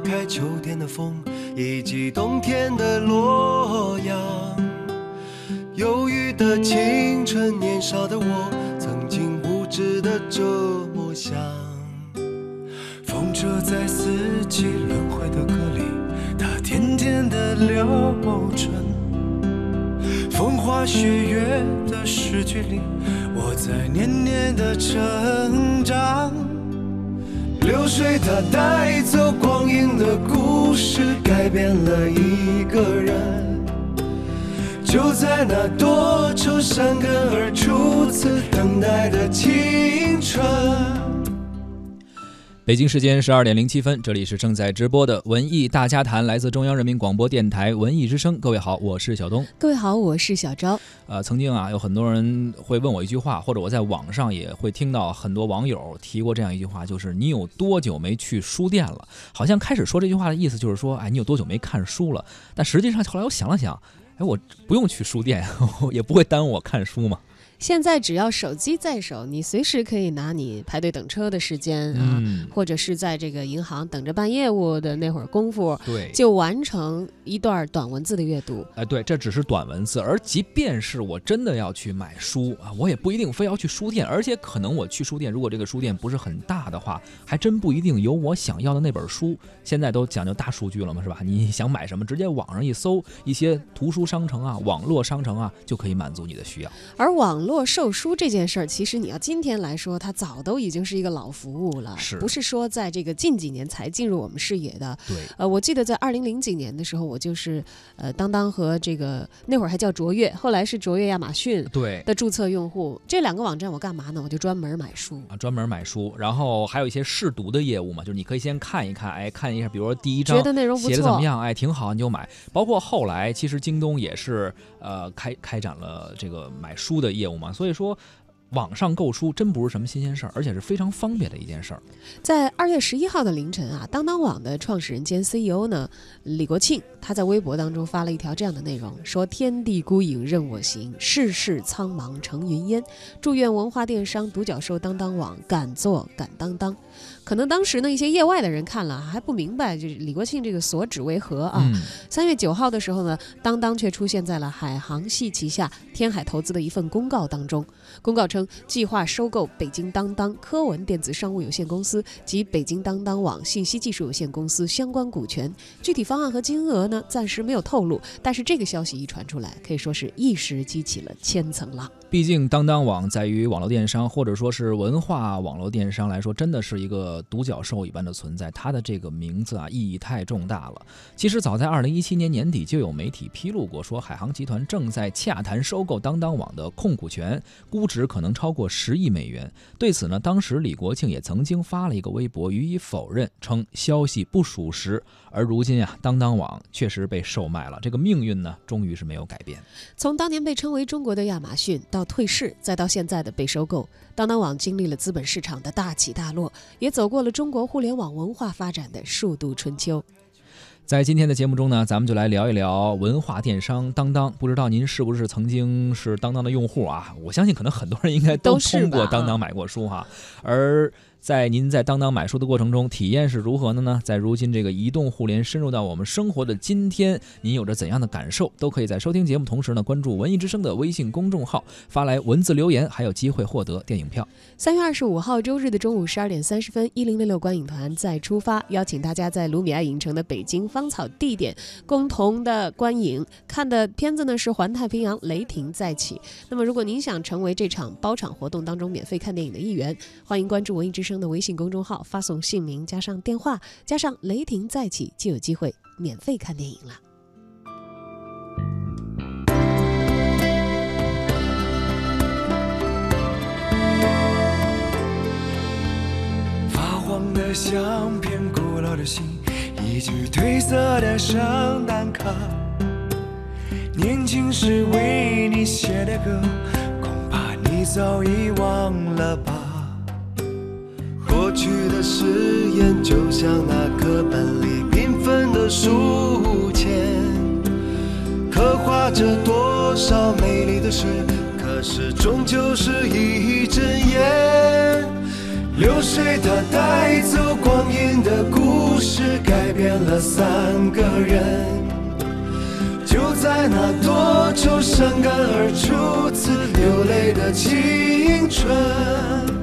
开秋天的风，以及冬天的洛阳。忧郁的青春，年少的我，曾经无知的这么想。 风车在四季轮回的歌里，它甜甜的流转。风花雪月的诗句里，我在年年的成长。 流水它带走光阴的故事，改变了一个人。就在那多愁善感而初次等待的青春。 北京时间12:07，这里是正在直播的文艺大家谈，来自中央人民广播电台文艺之声。各位好，我是小东。 各位好，我是小昭。 曾经有很多人会问我一句话，或者我在网上也会听到很多网友提过这样一句话，就是你有多久没去书店了？好像开始说这句话的意思就是说，你有多久没看书了？但实际上后来我想了想，我不用去书店，也不会耽误我看书嘛。 现在只要手机在手，你随时可以拿你排队等车的时间或者是在这个银行等着办业务的那会儿功夫， 对， 就完成一段短文字的阅读。 对，这只是短文字，而即便是我真的要去买书我也不一定非要去书店，而且可能我去书店，如果这个书店不是很大的话，还真不一定有我想要的那本书。现在都讲究大数据了嘛，是吧？你想买什么，直接网上一搜，一些图书商城网络商城就可以满足你的需要。 而网络售书这件事儿，其实你要今天来说，它早都已经是一个老服务了，不是说在这个近几年才进入我们视野的。 对， 我记得在2000几年的时候，我就是当当和这个那会儿还叫卓越，后来是卓越亚马逊的注册用户。这两个网站我干嘛呢？我就专门买书专门买书，然后还有一些试读的业务嘛，就是你可以先看一看，看一下，比如说第一章觉得内容不错， 写的怎么样，挺好，你就买。包括后来其实京东也是开展了这个买书的业务嘛，所以说网上购书真不是什么新鲜事儿，而且是非常方便的一件事儿。 在2月11号的凌晨当当网的创始人兼 CEO 呢，李国庆，他在微博当中发了一条这样的内容，说天地孤影任我行，世事苍茫成云烟，祝愿文化电商独角兽当当网敢做敢当当。可能当时呢，一些业外的人看了还不明白，就是李国庆这个所指为何3月9号的时候呢，当当却出现在了海航系旗下天海投资的一份公告当中。公告称，计划收购北京当当科文电子商务有限公司及北京当当网信息技术有限公司相关股权。具体方案和金额呢，暂时没有透露，但是这个消息一传出来，可以说是一时激起了千层浪。 毕竟当当网在于网络电商或者说是文化网络电商来说，真的是一个独角兽一般的存在，它的这个名字意义太重大了。其实早在2017年年底就有媒体披露过，说海航集团正在洽谈收购当当网的控股权，估值可能超过10亿美元。对此呢，当时李国庆也曾经发了一个微博予以否认，称消息不属实。而如今当当网确实被售卖了，这个命运呢，终于是没有改变。 从当年被称为中国的亚马逊到退市，再到现在的被收购，当当网经历了资本市场的大起大落，也走过了中国互联网文化发展的数度春秋。 在今天的节目中呢，咱们就来聊一聊文化电商当当。不知道您是不是曾经是当当的用户我相信可能很多人应该都通过当当买过书而在您在当当买书的过程中，体验是如何的呢？在如今这个移动互联深入到我们生活的今天，您有着怎样的感受？都可以在收听节目同时呢，关注文艺之声的微信公众号，发来文字留言，还有机会获得电影票。 3月25号周日的中午12点30分，1066观影团再出发，邀请大家在卢米埃影城的北京芳草地点共同的观影。看的片子呢是《环太平洋：雷霆再起》。那么如果您想成为这场包场活动当中免费看电影的一员，欢迎关注文艺之声的微信公众号，发送姓名加上电话加上雷霆再起，就有机会免费看电影了。 发黄的相片，古老的信，一句褪色的圣诞卡，年轻时为你写的歌，恐怕你早已忘了吧。 过去的誓言就像那课本里缤纷的书签，刻画着多少美丽的事，可是终究是一阵烟。流水它带走光阴的故事，改改变了3个人。就在那多愁善感而初次流泪的青春。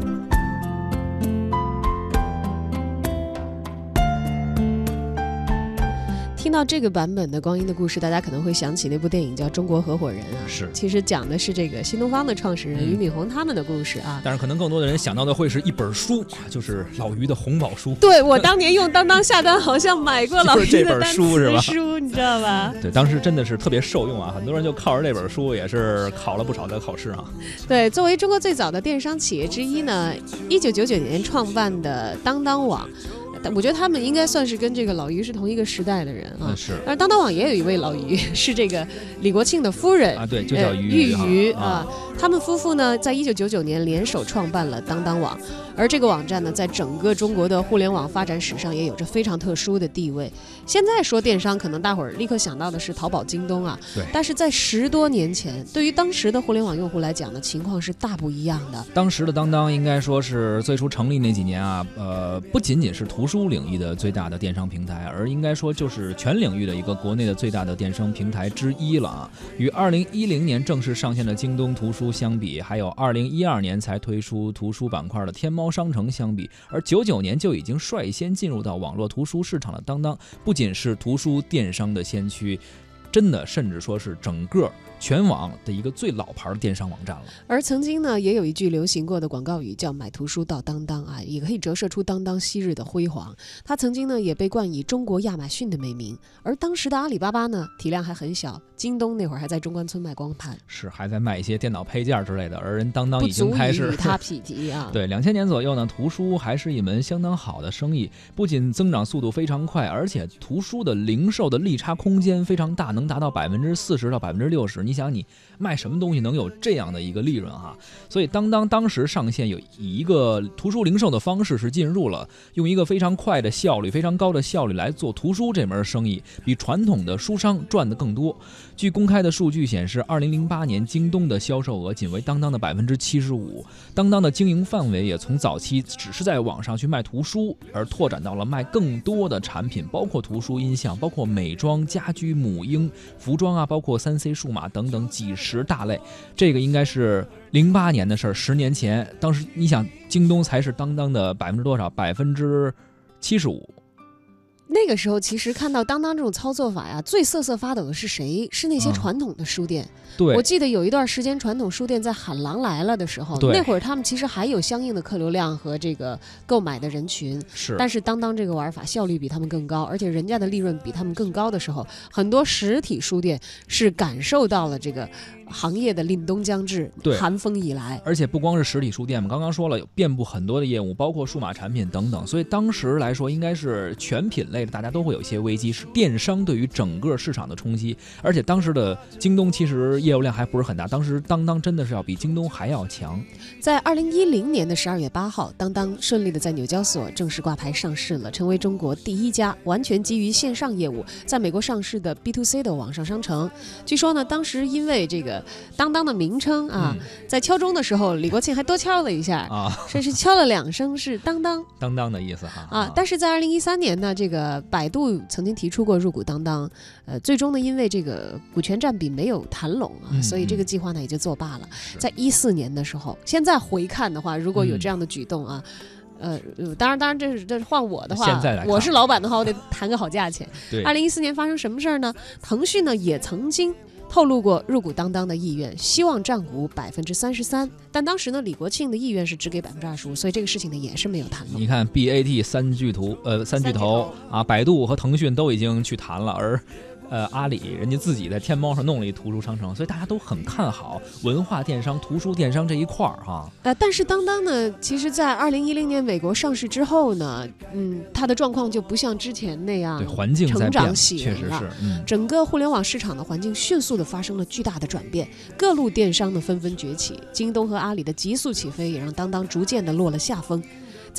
听到这个版本的《光阴的故事》，大家可能会想起那部电影叫《中国合伙人》啊， 是， 其实讲的是这个新东方的创始人俞敏洪他们的故事啊。 但是可能更多的人想到的会是一本书，就是老俞的红宝书。 对，我当年用当当下单好像买过老俞的单词书是吧？ 你知道吧？ 对，当时真的是特别受用啊，很多人就靠着这本书也是考了不少的考试啊。 对，作为中国最早的电商企业之一呢，1999年创办的当当网。我觉得他们应该算是跟这个老俞是同一个时代的人啊。 是。 而当当网也有一位老俞，是这个李国庆的夫人啊，对，就叫俞渝啊。他们夫妇呢，在1999年联手创办了当当网，而这个网站呢，在整个中国的互联网发展史上也有着非常特殊的地位。现在说电商，可能大伙儿立刻想到的是淘宝、京东啊， 对。 但是在10多年前，对于当时的互联网用户来讲呢，情况是大不一样的。 当时的当当应该说是最初成立那几年啊，不仅仅是图书领域的最大的电商平台，而应该说就是全领域的一个国内的最大的电商平台之一了啊。与2010年正式上线的京东图书相比，还有2012年才推出图书板块的天猫商城相比，而99年就已经率先进入到网络图书市场的当当，不仅是图书电商的先驱，真的甚至说是整个全网的一个最老牌的电商网站了。 而曾经呢，也有一句流行过的广告语叫买图书到当当啊，也可以折射出当当昔日的辉煌。它曾经呢也被冠以中国亚马逊的美名。而当时的阿里巴巴呢体量还很小，京东那会儿还在中关村卖光盘， 是还在卖一些电脑配件之类的，而人当当已经开始不足以与它匹敌啊。 对，2000年左右呢，图书还是一门相当好的生意，不仅增长速度非常快，而且图书的零售的利差空间非常大，能达到40%到60%。你想，你卖什么东西能有这样的一个利润啊？所以当当当时上线以一个图书零售的方式是进入了，用一个非常快的效率、非常高的效率来做图书这门生意，比传统的书商赚得更多。据公开的数据显示，2008年京东的销售额仅为当当的75%，当当的经营范围也从早期只是在网上去卖图书，而拓展到了卖更多的产品，包括图书、音像，包括美妆、家居、母婴、服装啊，包括3C 数码等等几十大类。这个应该是08年的事儿，10年前，当时你想，京东才是当当的多少？75%。 那个时候其实看到当当这种操作法呀，最瑟瑟发抖的是谁？是那些传统的书店。 对， 我记得有一段时间传统书店在喊狼来了的时候，那会儿他们其实还有相应的客流量和这个购买的人群，但是当当这个玩法效率比他们更高，而且人家的利润比他们更高的时候，很多实体书店是感受到了这个行业的凛冬将至，寒风已来。 而且不光是实体书店嘛，刚刚说了，有遍布很多的业务，包括数码产品等等，所以当时来说应该是全品类的大家都会有一些危机，是电商对于整个市场的冲击。而且当时的京东其实业务量还不是很大，当时当当真的是要比京东还要强。 在2010年的12月8号，当当顺利的在纽交所正式挂牌上市了，成为中国第一家完全基于线上业务在美国上市的 B2C 的网上商城。据说呢，当时因为这个当当的名称啊，在敲钟的时候，李国庆还多敲了一下啊，这是敲了2声，是当当当当的意思哈啊。但是在2013年呢，这个百度曾经提出过入股当当，最终呢，因为这个股权占比没有谈拢啊，所以这个计划呢也就作罢了。在14年的时候，现在回看的话，如果有这样的举动啊。当然，这是换我的话，我是老板的话，我得谈个好价钱。2014年发生什么事儿呢？腾讯呢也曾经透露过入股当当的意愿，希望占股33%，但当时呢，李国庆的意愿是只给25%，所以这个事情呢也是没有谈拢。 你看 BAT 三巨头啊，百度和腾讯都已经去谈了，而阿里人家自己在天猫上弄了一图书商城，所以大家都很看好文化电商、图书电商这一块儿哈。 但是当当呢，其实在2010年美国上市之后呢，它的状况就不像之前那样， 对，环境在变， 成长喜确实是， 整个互联网市场的环境迅速的发生了巨大的转变，各路电商呢纷纷崛起，京东和阿里的急速起飞也让当当逐渐的落了下风。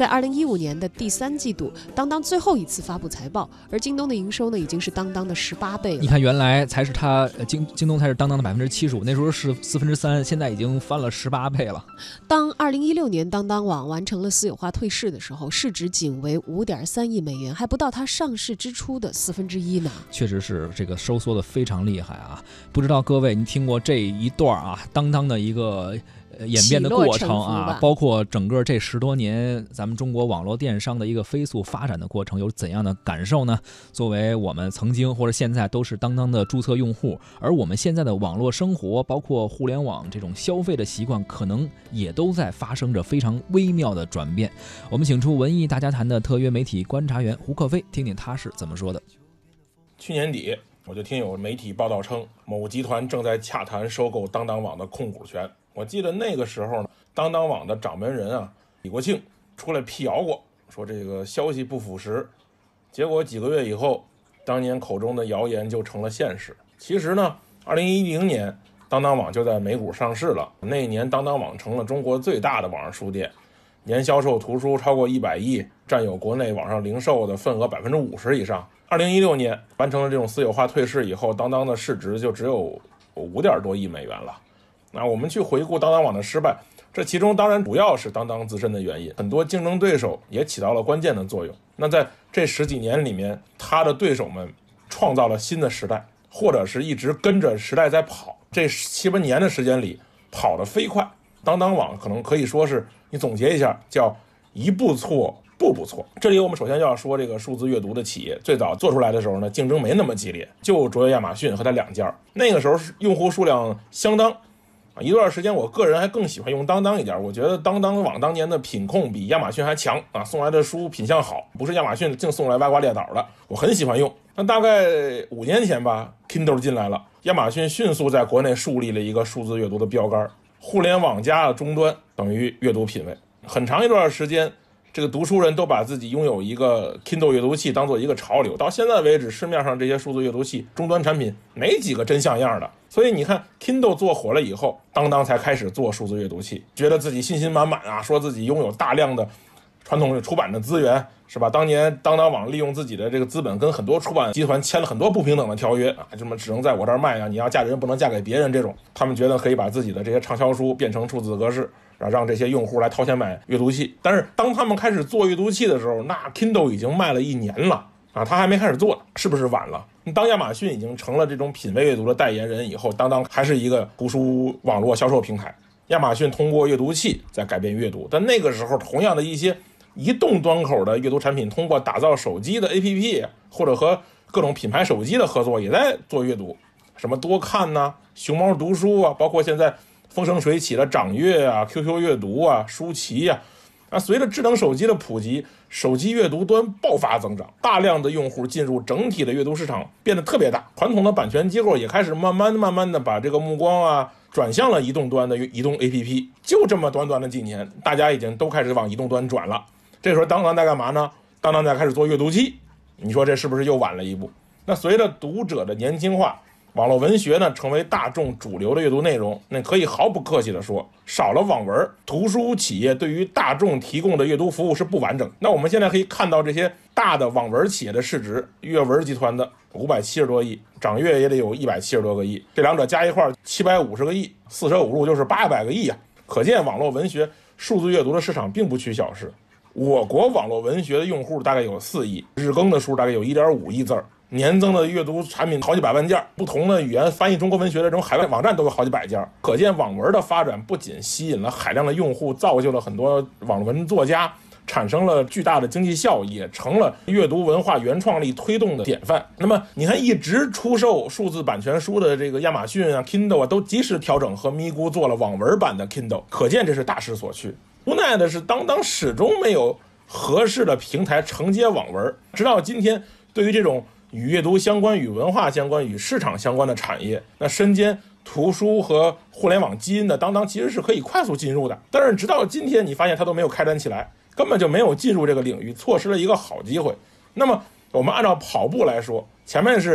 在2015年的第3季度，当当最后一次发布财报，而京东的营收呢已经是当当的18倍了。 你看，原来才是它京东才是当当的75%，那时候是3/4，现在已经翻了18倍了。 当2016年当当网完成了私有化退市的时候，市值仅为5.3亿美元，还不到它上市之初的1/4呢。 确实是这个收缩的非常厉害啊！不知道各位你听过这一段啊，当当的一个演变的过程啊，包括整个这10多年咱们中国网络电商的一个飞速发展的过程，有怎样的感受呢？作为我们曾经或者现在都是当当的注册用户，而我们现在的网络生活，包括互联网这种消费的习惯，可能也都在发生着非常微妙的转变。我们请出文艺大家谈的特约媒体观察员胡克飞，听听他是怎么说的。 去年底，我就听有媒体报道称，某集团正在洽谈收购当当网的控股权。我记得那个时候呢，当当网的掌门人啊李国庆出来辟谣过，说这个消息不符实。结果几个月以后，当年口中的谣言就成了现实。其实呢，2010年当当网就在美股上市了。那一年，当当网成了中国最大的网上书店，年销售图书超过100亿，占有国内网上零售的份额50%以上。2016年完成了这种私有化退市以后，当当的市值就只有5点多亿美元了。那我们去回顾当当网的失败，这其中当然主要是当当自身的原因，很多竞争对手也起到了关键的作用。那在这10几年里面，他的对手们创造了新的时代，或者是一直跟着时代在跑。这7、8年的时间里跑得飞快，当当网可能可以说是，你总结一下叫一步错步步错。这里我们首先要说这个数字阅读的企业，最早做出来的时候呢，竞争没那么激烈，就卓越亚马逊和它2家。那个时候用户数量相当一段时间，我个人还更喜欢用当当一点。我觉得当当网当年的品控比亚马逊还强啊，送来的书品相好，不是亚马逊净送来歪瓜裂枣的，我很喜欢用。那大概5年前吧 ，Kindle 进来了，亚马逊迅速在国内树立了一个数字阅读的标杆，互联网加的终端等于阅读品味。很长一段时间，这个读书人都把自己拥有一个 Kindle 阅读器当做一个潮流。到现在为止，市面上这些数字阅读器终端产品没几个真像样的。所以你看 Kindle 做火了以后，当当才开始做数字阅读器，觉得自己信心满满啊，说自己拥有大量的传统出版的资源，是吧？当年当当网利用自己的这个资本，跟很多出版集团签了很多不平等的条约啊，什么只能在我这儿卖啊，你要嫁人不能嫁给别人这种。他们觉得可以把自己的这些畅销书变成数字格式，让这些用户来掏钱买阅读器。但是当他们开始做阅读器的时候，那 Kindle 已经卖了1年了啊，他还没开始做，是不是晚了？当亚马逊已经成了这种品味阅读的代言人以后，当当还是一个图书网络销售平台。亚马逊通过阅读器在改变阅读，但那个时候同样的一些移动端口的阅读产品，通过打造手机的 APP 或者和各种品牌手机的合作，也在做阅读，什么多看呐、熊猫读书啊，包括现在风生水起的掌阅啊、QQ 阅读啊、舒淇啊。随着智能手机的普及，手机阅读端爆发增长，大量的用户进入整体的阅读市场变得特别大。传统的版权机构也开始慢慢的把这个目光啊转向了移动端的移动 APP。就这么短短的几年，大家已经都开始往移动端转了。这时候当当在干嘛呢？当当在开始做阅读器。你说这是不是又晚了一步？那随着读者的年轻化，网络文学呢成为大众主流的阅读内容，那可以毫不客气的说，少了网文，图书企业对于大众提供的阅读服务是不完整。那我们现在可以看到这些大的网文企业的市值，阅文集团的570多亿，掌阅也得有170多个亿，这两者加一块750个亿，4舍5入就是800个亿啊！可见网络文学数字阅读的市场并不趋小事。我国网络文学的用户大概有4亿，日更的书大概有1.5亿字，年增的阅读产品好几百万件，不同的语言翻译中国文学的这种海外网站都有好几百件。可见网文的发展不仅吸引了海量的用户，造就了很多网文作家，产生了巨大的经济效益，也成了阅读文化原创力推动的典范。那么你看，一直出售数字版权书的这个亚马逊啊、Kindle 啊，都及时调整和咪咕做了网文版的 Kindle， 可见这是大势所趋。无奈的是，当当始终没有合适的平台承接网文，直到今天，对于这种与阅读相关、与文化相关、与市场相关的产业，那身兼图书和互联网基因的当当其实是可以快速进入的。但是直到今天，你发现它都没有开展起来，根本就没有进入这个领域，错失了一个好机会。那么我们按照跑步来说，前面是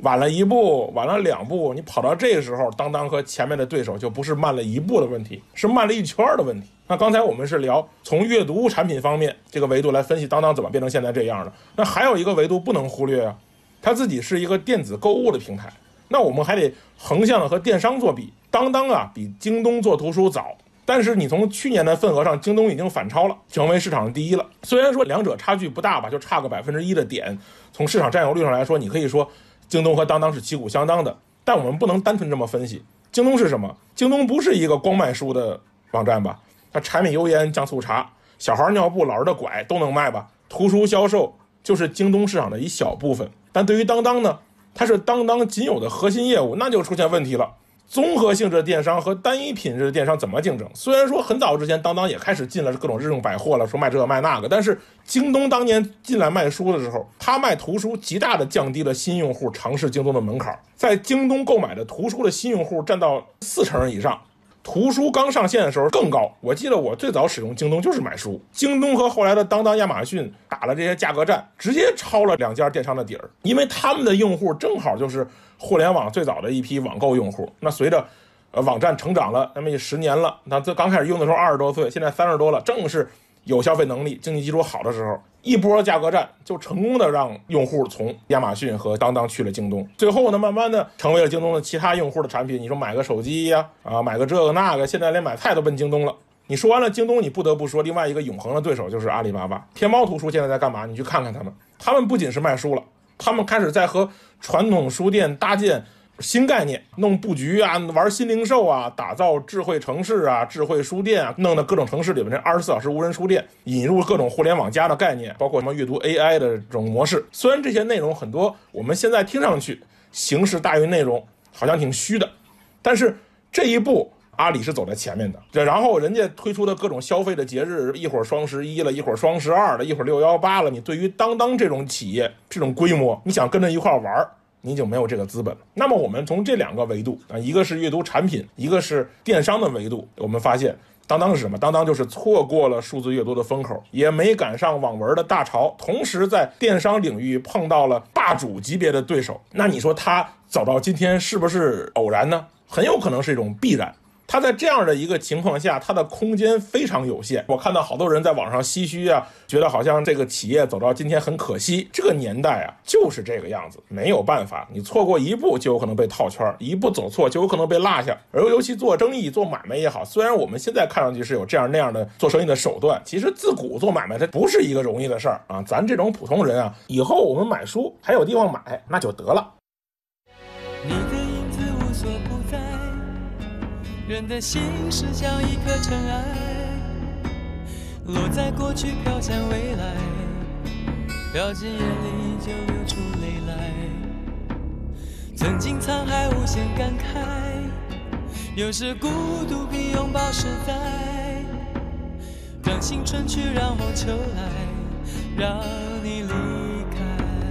晚了1步，晚了2步，你跑到这个时候，当当和前面的对手就不是慢了1步的问题，是慢了1圈的问题。那刚才我们是聊从阅读产品方面这个维度来分析当当怎么变成现在这样的，那还有一个维度不能忽略啊，它自己是一个电子购物的平台，那我们还得横向的和电商做比。当当啊比京东做图书早，但是你从去年的份额上，京东已经反超了，成为市场第一了。虽然说两者差距不大吧，就差个1%的点，从市场占有率上来说，你可以说京东和当当是旗鼓相当的，但我们不能单纯这么分析。京东是什么？京东不是一个光卖书的网站吧？它柴米油盐酱醋茶、小孩尿布、老人的拐都能卖吧？图书销售就是京东市场的一小部分，但对于当当呢，它是当当仅有的核心业务，那就出现问题了。综合性质的电商和单一品质的电商怎么竞争？虽然说很早之前当当也开始进了各种日用百货了，说卖这卖那个，但是京东当年进来卖书的时候，他卖图书极大的降低了新用户尝试京东的门槛，在京东购买的图书的新用户占到40%以上。图书刚上线的时候更高，我记得我最早使用京东就是买书。京东和后来的当当、亚马逊打了这些价格战，直接抄了2家电商的底儿，因为他们的用户正好就是互联网最早的一批网购用户。那随着网站成长了，那么也10年了，那这刚开始用的时候20多岁，现在30多了，正是有消费能力、经济基础好的时候，一波价格战就成功的让用户从亚马逊和当当去了京东，最后呢，慢慢的成为了京东的其他用户的产品。你说买个手机呀，买个这个那个，现在连买菜都奔京东了。你说完了京东，你不得不说另外一个永恒的对手就是阿里巴巴。天猫图书现在在干嘛？你去看看他们不仅是卖书了，他们开始在和传统书店搭建新概念，弄布局啊，玩新零售啊，打造智慧城市啊，智慧书店啊，弄的各种城市里面这24小时无人书店，引入各种互联网加的概念，包括什么阅读 AI 的这种模式。虽然这些内容很多我们现在听上去形式大于内容，好像挺虚的，但是这一步阿里是走在前面的。然后人家推出的各种消费的节日，一会儿双11了，一会儿双12了，一会儿618了，你对于当当这种企业这种规模，你想跟着一块玩，你就没有这个资本。那么我们从这2个维度啊，一个是阅读产品，一个是电商的维度，我们发现当当是什么？当当就是错过了数字阅读的风口，也没赶上网文的大潮，同时在电商领域碰到了霸主级别的对手。那你说他走到今天是不是偶然呢？很有可能是一种必然。他在这样的一个情况下，他的空间非常有限。我看到好多人在网上唏嘘啊，觉得好像这个企业走到今天很可惜。这个年代啊，就是这个样子，没有办法，你错过一步就有可能被套圈，一步走错就有可能被落下。而尤其做生意、做买卖也好，虽然我们现在看上去是有这样那样的做生意的手段，其实自古做买卖它不是一个容易的事儿啊。咱这种普通人啊，以后我们买书还有地方买，那就得了。 你的影子无所不在，人的心是像一颗尘埃，落在过去飘向未来，飘进眼里就流出泪来。曾经沧海无限感慨，有时孤独比拥抱实在，让青春去，让梦秋来，让你离开。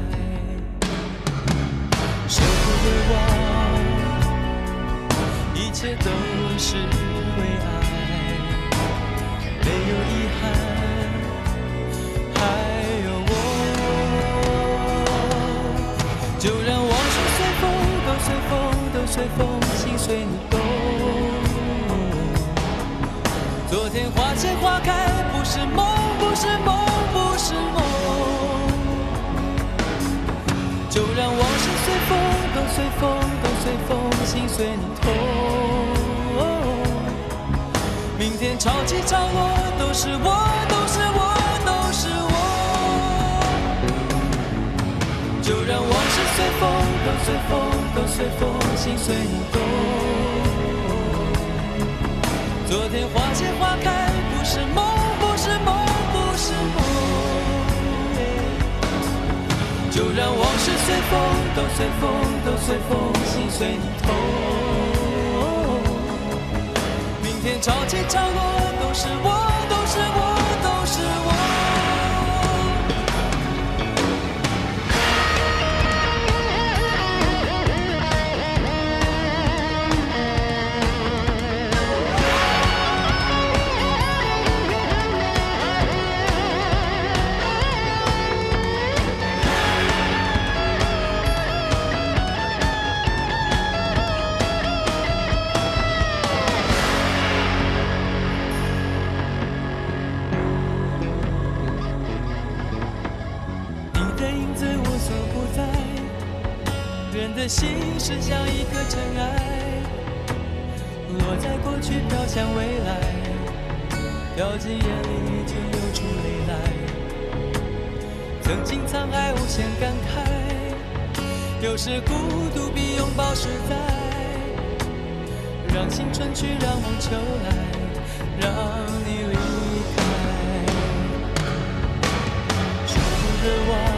舍不得忘，一切都是为爱，没有遗憾，还有我。就让往事随风，都随风，都随风，心随你动。昨天花谢花开，不是梦，不是梦，不是梦。就让往事随风，都随风，都随风，心随你痛。明天潮起潮落，都是我，都是我，都是我。就让往事随风，都随风，都随风，心随你动。昨天花谢花开，不是梦，不是梦，不是梦。就让往事随风，都随风，都随风，心随你痛。明天潮起潮落，都是我，都是我，都是我。 人的心是像一颗尘埃，落在过去飘向未来，掉进眼里就流出泪来。曾经沧海无限感慨，有时孤独比拥抱实在。让青春去，让梦秋来，让你离开。说不得忘，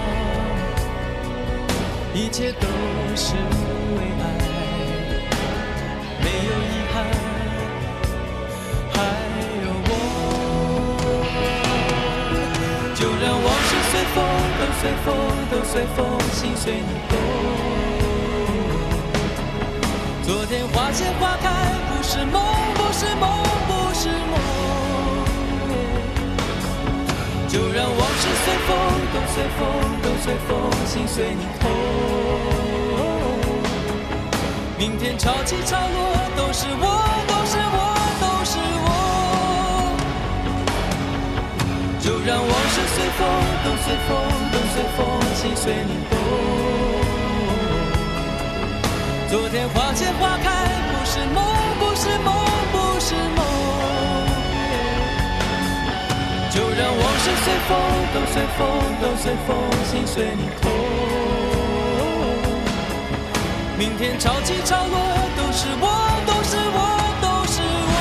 一切都是为爱，没有遗憾，还有我。就让往事随风，都随风，都随风，心随你动。昨天花谢花开，不是梦，不是梦，不是梦。就让往事随风，都随风，都随风，心随你痛。明天潮起潮落，都是我，都是我，都是我。就让往事随风，都随风，都随风，心随你动。昨天花谢花开，不是梦，不是梦，不是梦。就让往事随风，都随风，都随风，心随你痛。明天潮起潮落，都是我，都是我，都是我。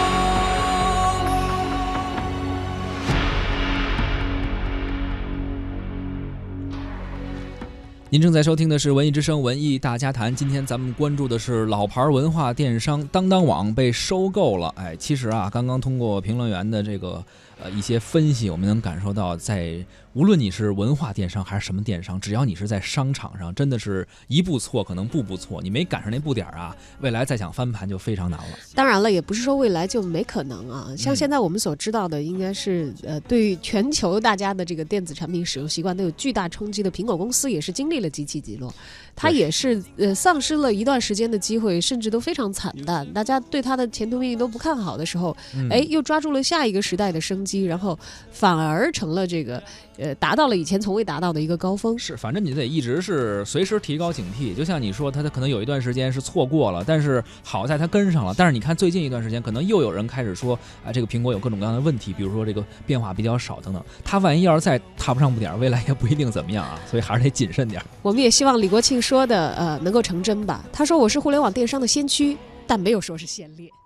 您正在收听的是文艺之声文艺大家谈，今天咱们关注的是老牌文化电商当当网被收购了。其实啊，刚刚通过评论员的这个一些分析，我们能感受到，无论你是文化电商还是什么电商，只要你是在商场上，真的是一步错可能步步错，你没赶上那步点啊，未来再想翻盘就非常难了。 当然了，也不是说未来就没可能啊。像现在我们所知道的，应该是对于全球大家的这个电子产品使用习惯都有巨大冲击的苹果公司，也是经历了几起几落，它也是丧失了一段时间的机会，甚至都非常惨淡，大家对它的前途命运都不看好的时候，又抓住了下一个时代的生机，然后反而成了这个达到了以前从未达到的一个高峰。 是，反正你得一直是随时提高警惕。就像你说，它可能有一段时间是错过了，但是好在它跟上了。但是你看最近一段时间，可能又有人开始说这个苹果有各种各样的问题，比如说这个变化比较少等等。它万一要是再踏不上步点，未来也不一定怎么样啊，所以还是得谨慎点。 我们也希望李国庆说的能够成真吧。他说我是互联网电商的先驱，但没有说是先烈。